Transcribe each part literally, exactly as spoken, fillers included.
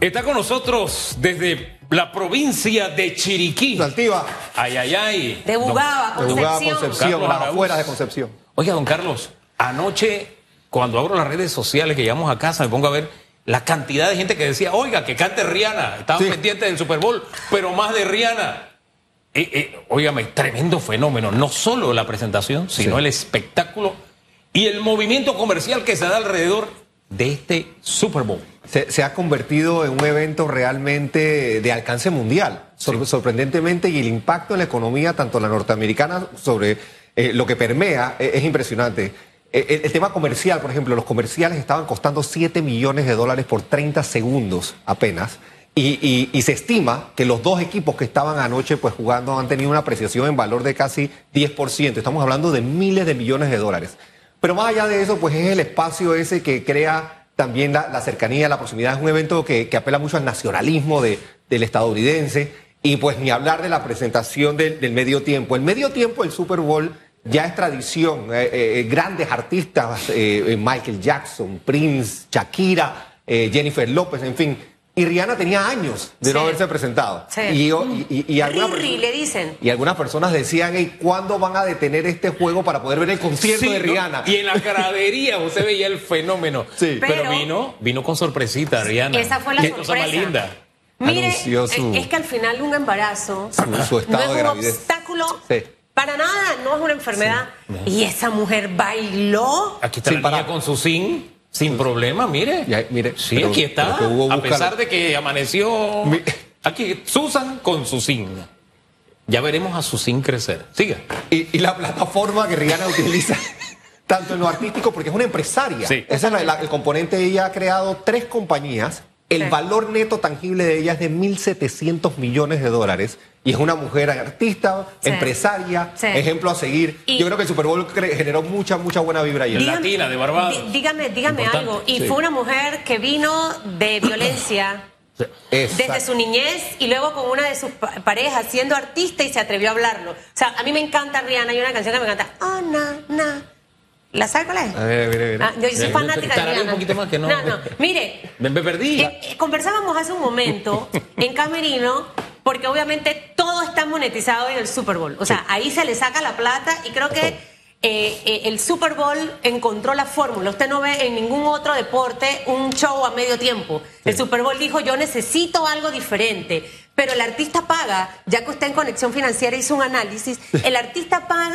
Está con nosotros desde la provincia de Chiriquí. Saltiva. Ay, ay, ay. De Bugaba, Don, Concepción. de Bugaba, Concepción, Carlos las Araúz. afueras de Concepción. Oiga, don Carlos, anoche, cuando abro las redes sociales que llegamos a casa, me pongo a ver la cantidad de gente que decía, oiga, que cante Rihanna. Estaban Sí. pendientes del Super Bowl, pero más de Rihanna. Eh, eh, óigame, tremendo fenómeno. No solo la presentación, sino Sí. el espectáculo y el movimiento comercial que se da alrededor de este Super Bowl. Se, se ha convertido en un evento realmente de alcance mundial, sor- Sí. sorprendentemente, y el impacto en la economía, tanto la norteamericana, sobre eh, lo que permea, eh, es impresionante. Eh, el, el tema comercial, por ejemplo, los comerciales estaban costando siete millones de dólares por treinta segundos apenas, y, y- y se estima que los dos equipos que estaban anoche pues jugando han tenido una apreciación en valor de casi diez por ciento. Estamos hablando de miles de millones de dólares. Pero más allá de eso, pues es el espacio ese que crea también la, la cercanía, la proximidad. Es un evento que, que apela mucho al nacionalismo de, del estadounidense. Y pues ni hablar de la presentación del, del medio tiempo. El medio tiempo del Super Bowl ya es tradición. Eh, eh, grandes artistas, eh, eh, Michael Jackson, Prince, Shakira, eh, Jennifer López, en fin. Y Rihanna tenía años de no Sí. haberse presentado. Sí. Y, yo- y, y- y algunas Riri, personas- le dicen. y algunas personas decían, "Ey, ¿cuándo van a detener este juego para poder ver el concierto Sí, de ¿no? Rihanna?" Y en la gradería usted veía el fenómeno. Sí. Pero, Pero- vino, vino con sorpresita, Rihanna. Esa fue la Qué cosa más sorpresa. linda. Mire, Anunció su- eh, es que al final un embarazo Su- su estado no de es un gravidez. obstáculo Sí. para nada, no es una enfermedad. Y esa mujer bailó. Aquí está Sin la niña parar. con su zinc, sin problema, mire. Ya, mire, Sí, pero- aquí está. pero que hubo A buscar- pesar de que amaneció. Mi- Aquí, Susan con su zinc. Ya veremos a su zinc crecer. Siga. Y, y la plataforma que Rihanna utiliza, tanto en lo artístico, porque es una empresaria. Sí. Ese es la- la- el componente. Ella ha creado tres compañías. El Sí. valor neto tangible de ella es de mil setecientos millones de dólares. Y es una mujer artista, Sí. empresaria, Sí. ejemplo a seguir. Y- Yo creo que el Super Bowl cre- generó mucha, mucha buena vibra ayer. Dígame- Latina, de Barbados. dí- Dígame, dígame Importante. algo. Y Sí. fue una mujer que vino de violencia Exacto. desde su niñez y luego con una de sus pa- parejas siendo artista y se atrevió a hablarlo. O sea, a mí me encanta Rihanna. Hay una canción que me encanta. Oh, na, na. ¿La sabe cuál es? A ver, mire, mire. Ah, yo soy Eh, fanática de tararea Rihanna. un poquito más que no. No, no. Mire, Me, me perdí. eh, eh, conversábamos hace un momento en Camerino, porque obviamente todo está monetizado en el Super Bowl. O sea, ahí se le saca la plata y creo que eh, eh, el Super Bowl encontró la fórmula. Usted no ve en ningún otro deporte un show a medio tiempo. El Super Bowl dijo, yo necesito algo diferente. Pero el artista paga, ya que usted en Conexión Financiera hizo un análisis, el artista paga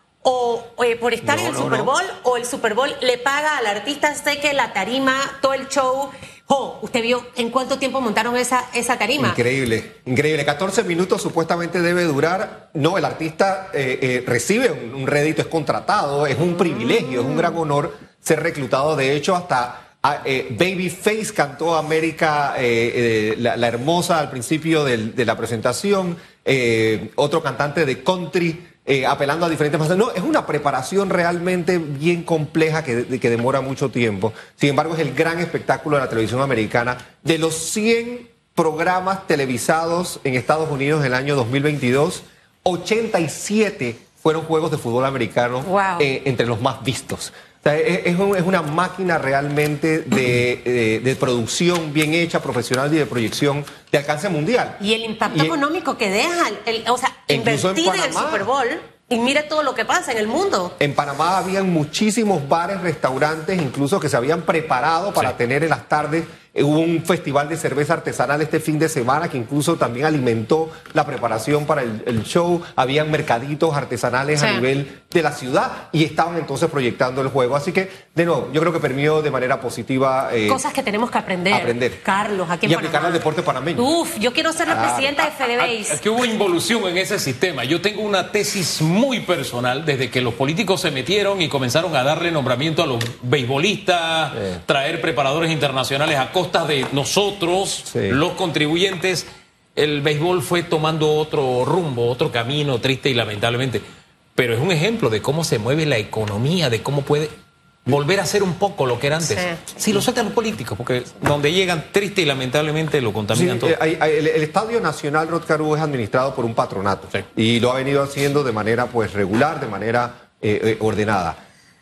o eh, por estar No, en el no, Super no. Bowl o el Super Bowl le paga al artista, sé que la tarima, todo el show. Jo, ¿usted vio en cuánto tiempo montaron esa, esa tarima? Increíble, increíble. catorce minutos supuestamente debe durar. No, el artista eh, eh, recibe un, un rédito, es contratado, es un privilegio, es un gran honor ser reclutado. De hecho, hasta ah, eh, Babyface cantó América, eh, eh, la, la hermosa al principio del- de la presentación. Eh, otro cantante de country. Eh, apelando a diferentes masas. No, es una preparación realmente bien compleja que, de- que demora mucho tiempo. Sin embargo, es el gran espectáculo de la televisión americana. De los cien programas televisados en Estados Unidos en el año dos mil veintidós, ochenta y siete fueron juegos de fútbol americano Wow. eh, entre los más vistos. O sea, es, es un- es una máquina realmente de, de- de producción bien hecha, profesional y de proyección de alcance mundial. Y el impacto Y- económico que deja, el, el- o sea, Incluso en invertir en, el Panamá. Super Bowl y mire todo lo que pasa en el mundo. En Panamá habían muchísimos bares, restaurantes, incluso que se habían preparado para Sí. tener en las tardes. Eh, Hubo un festival de cerveza artesanal este fin de semana que incluso también alimentó la preparación para el, el show. Habían mercaditos artesanales Sí. a nivel de la ciudad y estaban entonces proyectando el juego. Así que, de nuevo, yo creo que permeó de manera positiva. eh, Cosas que tenemos que aprender. aprender. Carlos, aquí en y aplicarla al Panamá. deporte panameño. Uf, yo quiero ser la Claro. presidenta de FedeBase. Aquí hubo involución en ese sistema. Yo tengo una tesis muy personal desde que los políticos se metieron y comenzaron a darle nombramiento a los beisbolistas, Sí. traer preparadores internacionales a costas de nosotros, Sí. los contribuyentes. El béisbol fue tomando otro rumbo, otro camino triste y lamentablemente. Pero es un ejemplo de cómo se mueve la economía, de cómo puede volver a ser un poco lo que era antes. Sí. Si lo sueltan los políticos, porque donde llegan triste y lamentablemente lo Sí, contaminan todo. eh, hay- hay- el, el Estadio Nacional Rod Carew es administrado por un patronato Sí. y lo ha venido haciendo de manera pues regular, de manera eh, eh, ordenada.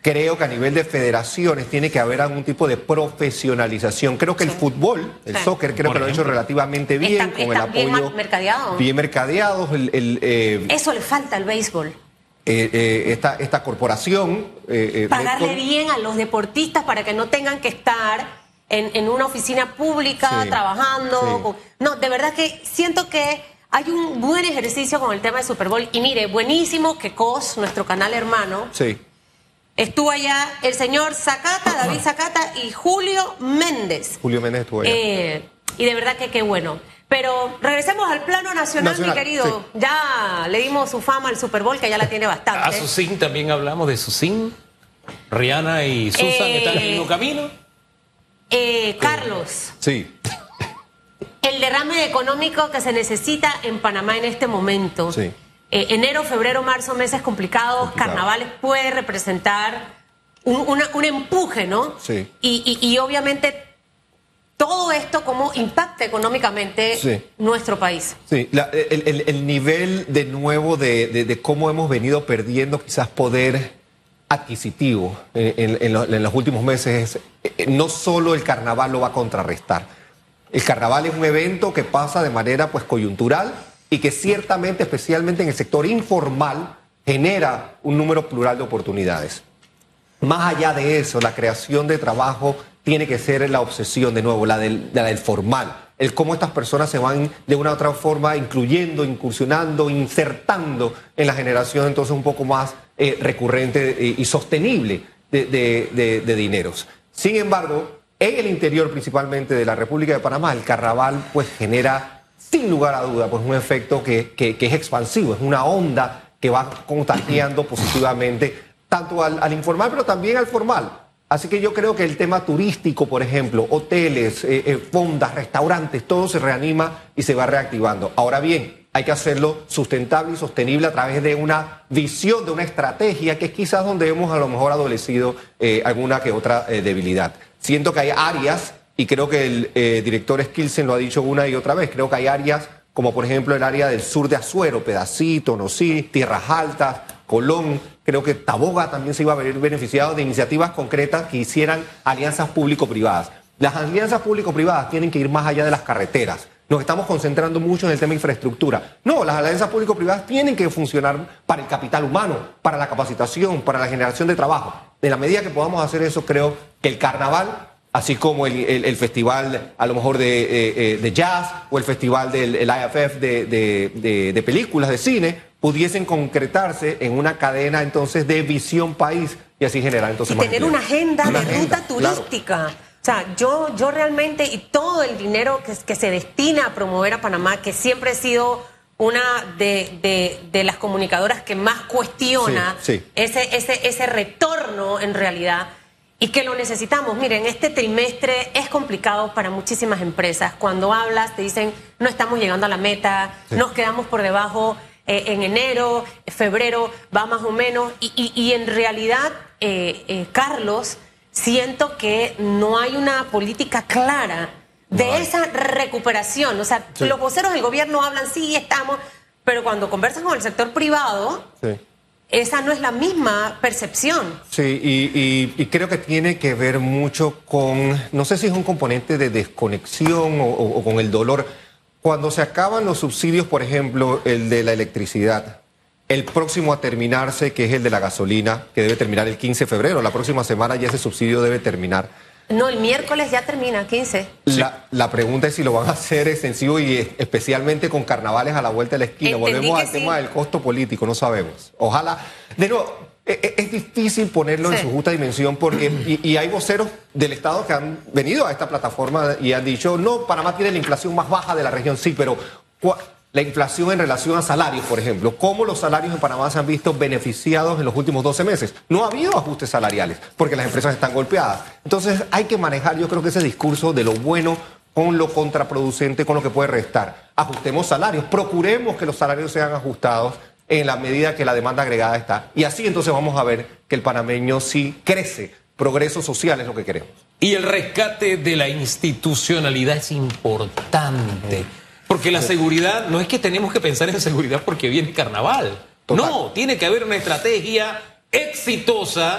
Creo que a nivel de federaciones tiene que haber algún tipo de profesionalización. Creo que sí. el fútbol, el sí. soccer, creo Por que ejemplo. lo ha hecho relativamente bien, está, con está el apoyo. Bien mercadeado. Bien mercadeados. El, el, eh, Eso le falta al béisbol. Eh, eh, esta, esta corporación. Eh, eh, Pagarle Medcon, bien a los deportistas para que no tengan que estar en, en una oficina pública sí. trabajando. Sí. Con, no, de verdad que siento que hay un buen ejercicio con el tema del Super Bowl. Y mire, buenísimo que C O S, nuestro canal hermano. Sí. Estuvo allá el señor Zacata, David Zacata y Julio Méndez. Julio Méndez estuvo allá. Eh, y de verdad que qué bueno. Pero regresemos al plano nacional, nacional mi querido. Sí. Ya le dimos su fama al Super Bowl, que ya la tiene bastante. A Susín también hablamos de Susín. Rihanna y Susan eh, están en el mismo camino. Eh, Carlos. Sí. El derrame económico que se necesita en Panamá en este momento. Sí. Eh, enero, febrero, marzo, meses complicados, Complicado. Carnavales puede representar un, una, un empuje, ¿no? Sí. Y, y, y obviamente todo esto cómo impacta económicamente sí. nuestro país. Sí, La, el, el, el nivel de nuevo de, de, de cómo hemos venido perdiendo quizás poder adquisitivo en, en, en, los, en los últimos meses, eh, no solo el carnaval lo va a contrarrestar. El carnaval es un evento que pasa de manera pues coyuntural, y que ciertamente, especialmente en el sector informal, genera un número plural de oportunidades. Más allá de eso, la creación de trabajo tiene que ser la obsesión, de nuevo, la del, la del formal. El cómo estas personas se van de una u otra forma incluyendo, incursionando, insertando en la generación entonces un poco más eh, recurrente y, y sostenible de, de, de, de dineros. Sin embargo, en el interior principalmente de la República de Panamá, el carnaval pues genera, sin lugar a duda, pues un efecto que, que, que es expansivo, es una onda que va contagiando positivamente tanto al, al informal, pero también al formal. Así que yo creo que el tema turístico, por ejemplo, hoteles, eh, eh, fondas, restaurantes, todo se reanima y se va reactivando. Ahora bien, hay que hacerlo sustentable y sostenible a través de una visión, de una estrategia, que es quizás donde hemos a lo mejor adolecido eh, alguna que otra eh, debilidad. Siento que hay áreas, y creo que el eh, director Skilsen lo ha dicho una y otra vez, creo que hay áreas como por ejemplo el área del sur de Azuero, Pedacito, Nosí, Tierras Altas, Colón. Creo que Taboga también se iba a ver beneficiado de iniciativas concretas que hicieran alianzas público-privadas. Las alianzas público-privadas tienen que ir más allá de las carreteras. Nos estamos concentrando mucho en el tema de infraestructura. No, las alianzas público-privadas tienen que funcionar para el capital humano, para la capacitación, para la generación de trabajo. En la medida que podamos hacer eso, creo que el carnaval, así como el, el, el festival a lo mejor de, eh, de jazz o el festival del el I F F de, de, de, de películas, de cine, pudiesen concretarse en una cadena entonces de visión país y así generar entonces y más tener empleo. una agenda una de agenda, ruta turística. Claro. O sea, yo, yo realmente, y todo el dinero que, que se destina a promover a Panamá, que siempre he sido una de, de, de las comunicadoras que más cuestiona sí, sí. Ese, ese, ese retorno en realidad, y que lo necesitamos. Miren, este trimestre es complicado para muchísimas empresas. Cuando hablas te dicen, no estamos llegando a la meta, sí. nos quedamos por debajo eh, en enero, febrero, va más o menos, y, y, y en realidad, eh, eh, Carlos, siento que no hay una política clara de no esa recuperación. O sea, sí. los voceros del gobierno hablan, sí, estamos, pero cuando conversan con el sector privado, sí. esa no es la misma percepción. Sí, y, y, y creo que tiene que ver mucho con, no sé si es un componente de desconexión o, o, o con el dolor. Cuando se acaban los subsidios, por ejemplo, el de la electricidad, el próximo a terminarse, que es el de la gasolina, que debe terminar el quince de febrero, la próxima semana ya ese subsidio debe terminar. No, el miércoles ya termina, quince. La, la pregunta es si lo van a hacer extensivo y especialmente con carnavales a la vuelta de la esquina. Entendí Volvemos al sí. tema del costo político, no sabemos. Ojalá. De nuevo, es, es difícil ponerlo sí. en su justa dimensión porque y, y hay voceros del Estado que han venido a esta plataforma y han dicho, no, Panamá tiene la inflación más baja de la región, sí, pero la inflación en relación a salarios, por ejemplo, ¿cómo los salarios en Panamá se han visto beneficiados en los últimos doce meses? No ha habido ajustes salariales porque las empresas están golpeadas. Entonces hay que manejar, yo creo que ese discurso de lo bueno con lo contraproducente, con lo que puede restar. Ajustemos salarios, procuremos que los salarios sean ajustados en la medida que la demanda agregada está. Y así entonces vamos a ver que el panameño sí crece. Progreso social es lo que queremos. Y el rescate de la institucionalidad es importante. Porque la seguridad, no es que tenemos que pensar en seguridad porque viene carnaval. Total. No, tiene que haber una estrategia exitosa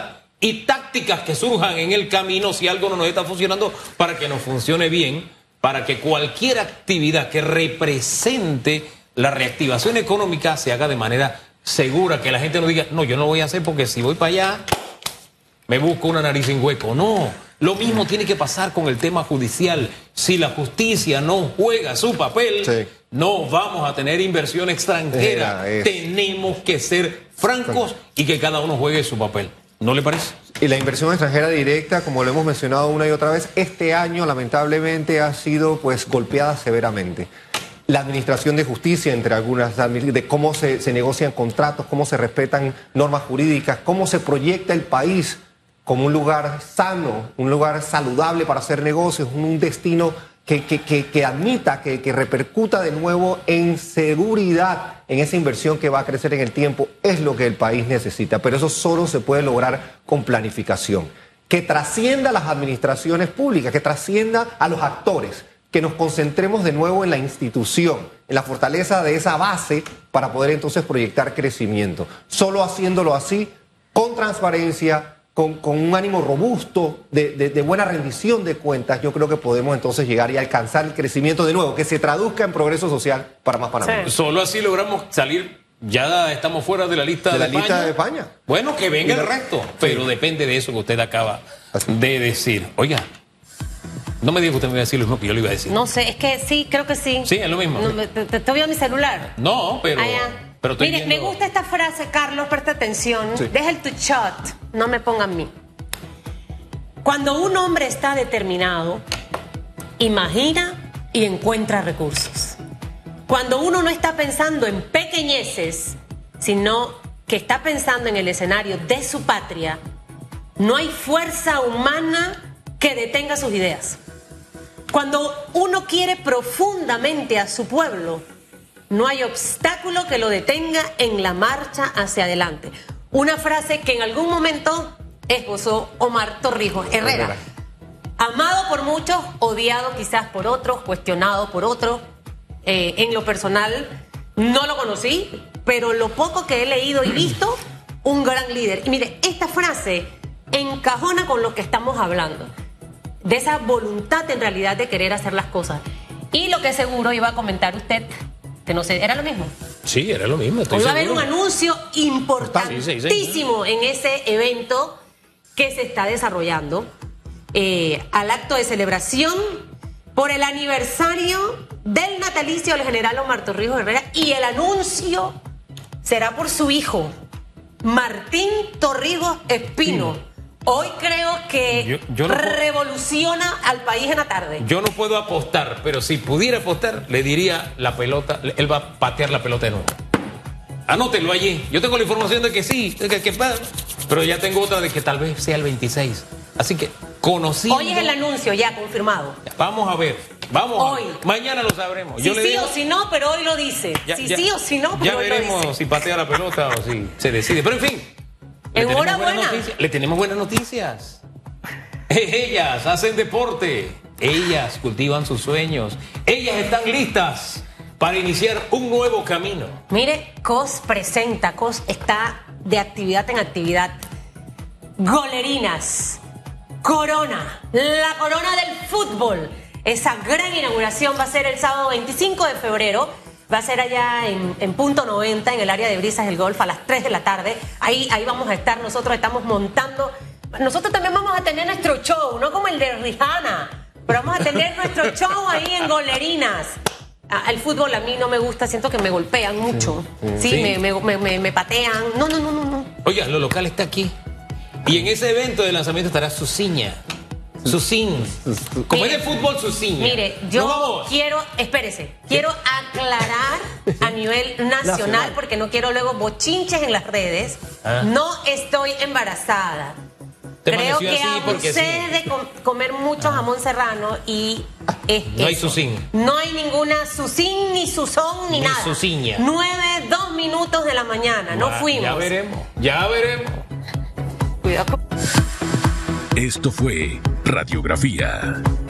y tácticas que surjan en el camino si algo no nos está funcionando para que nos funcione bien, para que cualquier actividad que represente la reactivación económica se haga de manera segura, que la gente no diga, no, yo no lo voy a hacer porque si voy para allá me busco una nariz en hueco. No, lo mismo tiene que pasar con el tema judicial. Si la justicia no juega su papel, sí. no vamos a tener inversión extranjera. Es... Tenemos que ser francos y que cada uno juegue su papel. ¿No le parece? Y la inversión extranjera directa, como lo hemos mencionado una y otra vez, este año lamentablemente ha sido pues golpeada severamente. La administración de justicia, entre algunas, de cómo se, se negocian contratos, cómo se respetan normas jurídicas, cómo se proyecta el país como un lugar sano, un lugar saludable para hacer negocios, un destino que, que, que, que admita, que, que repercuta de nuevo en seguridad, en esa inversión que va a crecer en el tiempo, es lo que el país necesita. Pero eso solo se puede lograr con planificación, que trascienda a las administraciones públicas, que trascienda a los actores, que nos concentremos de nuevo en la institución, en la fortaleza de esa base para poder entonces proyectar crecimiento. Solo haciéndolo así, con transparencia, con, con un ánimo robusto, de, de, de buena rendición de cuentas, yo creo que podemos entonces llegar y alcanzar el crecimiento de nuevo, que se traduzca en progreso social para más panameños. Sí. Solo así logramos salir, ya estamos fuera de la lista de, de, la España. lista de España. Bueno, que venga el resto, pero sí. depende de eso que usted acaba así. de decir. Oiga, no me diga que usted me iba a decir lo mismo que yo le iba a decir. No sé, es que sí, creo que sí. Sí, es lo mismo. No, te, te, te veo mi celular. No, pero... pero Mire, viendo... me gusta esta frase, Carlos, presta atención. Sí. Deja el tu shot, no me pongan a mí. Cuando un hombre está determinado, imagina y encuentra recursos. Cuando uno no está pensando en pequeñeces, sino que está pensando en el escenario de su patria, no hay fuerza humana que detenga sus ideas. Cuando uno quiere profundamente a su pueblo, no hay obstáculo que lo detenga en la marcha hacia adelante. Una frase que en algún momento esbozó Omar Torrijos Herrera. Herrera. Amado por muchos, odiado quizás por otros, cuestionado por otros. Eh, en lo personal, no lo conocí, pero lo poco que he leído y visto, un gran líder. Y mire, esta frase encajona con lo que estamos hablando, de esa voluntad en realidad de querer hacer las cosas. Y lo que seguro iba a comentar usted, que no sé, ¿era lo mismo? Sí, era lo mismo. Hoy va a haber un anuncio importantísimo sí, sí, sí. en ese evento que se está desarrollando, eh, al acto de celebración por el aniversario del natalicio del general Omar Torrijos Herrera, y el anuncio será por su hijo, Martín Torrijos Espino. Sí. Hoy creo que yo, yo no revoluciona puedo, al país en la tarde. Yo no puedo apostar, pero si pudiera apostar, le diría la pelota, él va a patear la pelota de nuevo. Anótenlo allí. Yo tengo la información de que sí, de que, que, pero ya tengo otra de que tal vez sea el veintiséis. Así que conociendo... Hoy es el anuncio ya confirmado. Vamos a ver, vamos hoy. a ver. Mañana lo sabremos. Si Yo sí le digo, o si no, pero hoy lo dice. Ya, si ya, sí o si no, pero ya hoy veremos lo dice. Si patea la pelota o si se decide. Pero en fin. Enhorabuena. Le tenemos buenas noticias. Ellas hacen deporte. Ellas cultivan sus sueños. Ellas están listas para iniciar un nuevo camino. Mire, C O S presenta, C O S está de actividad en actividad. Golerinas, Corona, la corona del fútbol. Esa gran inauguración va a ser el sábado veinticinco de febrero. Va a ser allá en, en punto noventa, en el área de Brisas del Golf, a las tres de la tarde. Ahí, ahí vamos a estar, nosotros estamos montando. Nosotros también vamos a tener nuestro show, no como el de Rihanna, pero vamos a tener nuestro show ahí en Golerinas. Ah, el fútbol a mí no me gusta, siento que me golpean mucho. Sí, sí, sí. Me, me, me, me patean. No, no, no, no, no. Oiga, lo local está aquí. Y en ese evento de lanzamiento estará Suciña. Sucín. Como mire, es de fútbol, Suciña. Mire, yo no quiero, espérese, quiero aclarar a nivel nacional, nacional, porque no quiero luego bochinches en las redes. Ah. No estoy embarazada. Creo que abusé sí. de com comer mucho ah. jamón serrano y es no eso. Hay Sucín. No hay ninguna Sucín, ni Susón, ni, ni nada. Suciña. Nueve, dos minutos de la mañana. No, no fuimos. Ya veremos, ya veremos. Cuidado. Esto fue Radiografía.